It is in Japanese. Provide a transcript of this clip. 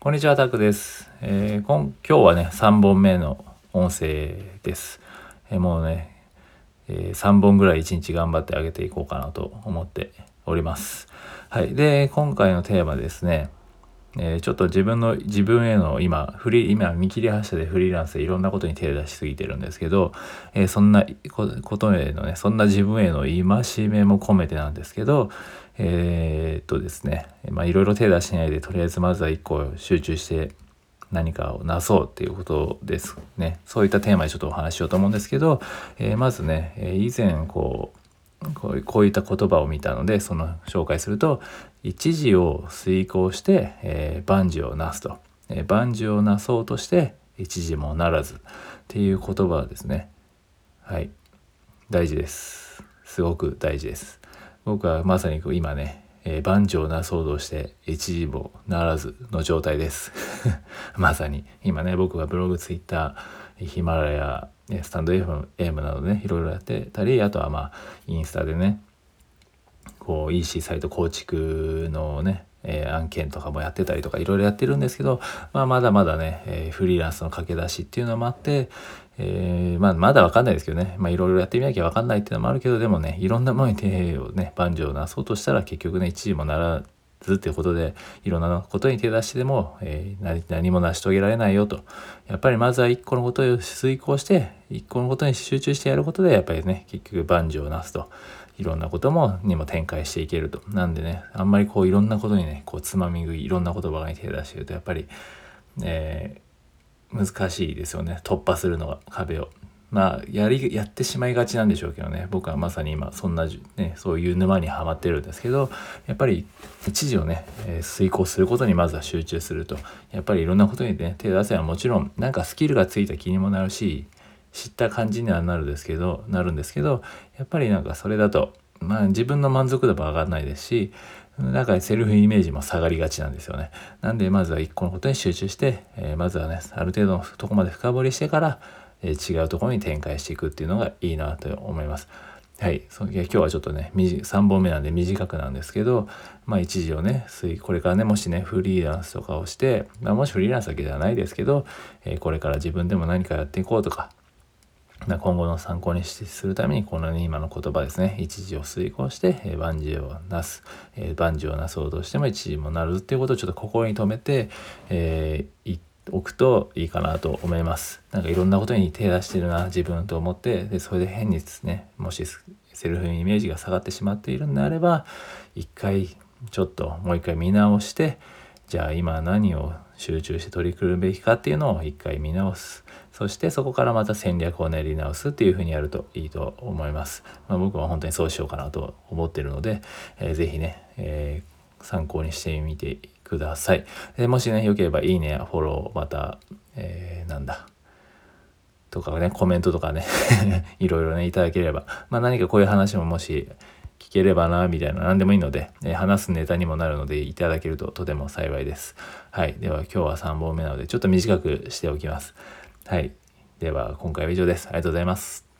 こんにちは、タクです。今日はね、3本目の音声です。もうね、3本ぐらい1日頑張ってあげていこうかなと思っております。はい。で、今回のテーマですね、ちょっと自分への今見切り発車でフリーランスでいろんなことに手を出しすぎてるんですけど、そんなことへのね、そんな自分への戒めも込めてなんですけど、ですね、いろいろ手出しないで、とりあえずまずは一個集中して何かをなそうっていうことですね。そういったテーマでちょっとお話ししようと思うんですけど、まずね、以前こういった言葉を見たので、その紹介すると、一時を遂行して、万事をなすと、万事をなそうとして一時もならずっていう言葉ですね。はい、大事です。すごく大事です。僕はまさに今ね、万事をなそうとして一時もならずの状態ですまさに今ね、僕がブログ、ツイッター、ヒマラヤ、スタンド FM などね、いろいろやってたり、あとはインスタでね、こう EC サイト構築のね、案件とかもやってたりとかいろいろやってるんですけど、まだまだね、フリーランスの駆け出しっていうのもあって、まだわかんないですけどね、いろいろやってみなきゃわかんないっていうのもあるけど、でもね、いろんなものに手をね、万事をなそうとしたら結局ね、一時もならずっていうことで、いろんなことに手出してでも、何も成し遂げられないよと。やっぱりまずは一個のことを遂行して、一個のことに集中してやることで、やっぱりね、結局万事をなすと。いろんなことにも展開していけると。なんでね、あんまりいろんなことにね、つまみ食い、いろんな言葉に手出してると、やっぱり、難しいですよね。突破するのが、壁を。やってしまいがちなんでしょうけどね。僕はまさに今、そういう沼にはまってるんですけど、やっぱり一時をね、遂行することにまずは集中すると。やっぱりいろんなことにね、手出せばもちろん、なんかスキルがついた気にもなるし、知った感じにはなるんですけど、やっぱりなんかそれだと、自分の満足度も上がらないですし、なんかセルフイメージも下がりがちなんですよね。なんでまずは一個のことに集中して、まずはね、ある程度のとこまで深掘りしてから、違うところに展開していくっていうのがいいなと思います。はい。今日はちょっとね、3本目なんで短くなんですけど、一時をね、これからね、もしね、フリーランスとかをして、もしフリーランスだけではないですけど、これから自分でも何かやっていこうとか、今後の参考にするために、この、今の言葉ですね。一時を遂行して、万事をなす。万事をなそうとしても一時もなるっていうことをちょっと心に留めて、言おくといいかなと思います。なんかいろんなことに手出してるな、自分と思って、で、それで変にですね、もしセルフイメージが下がってしまっているんであれば、もう一回見直して、じゃあ今何を集中して取り組むべきかっていうのを一回見直す。そしてそこからまた戦略を練り直すっていうふうにやるといいと思います。僕は本当にそうしようかなと思っているので、ぜひね、参考にしてみてください。もしね、良ければいいねやフォロー、また、とかね、コメントとかねいろいろね、いただければ、何かこういう話ももし聞ければな、みたいな、何でもいいので、話すネタにもなるのでいただけるととても幸いです。はい。では今日は3本目なので、ちょっと短くしておきます。はい。では今回は以上です。ありがとうございます。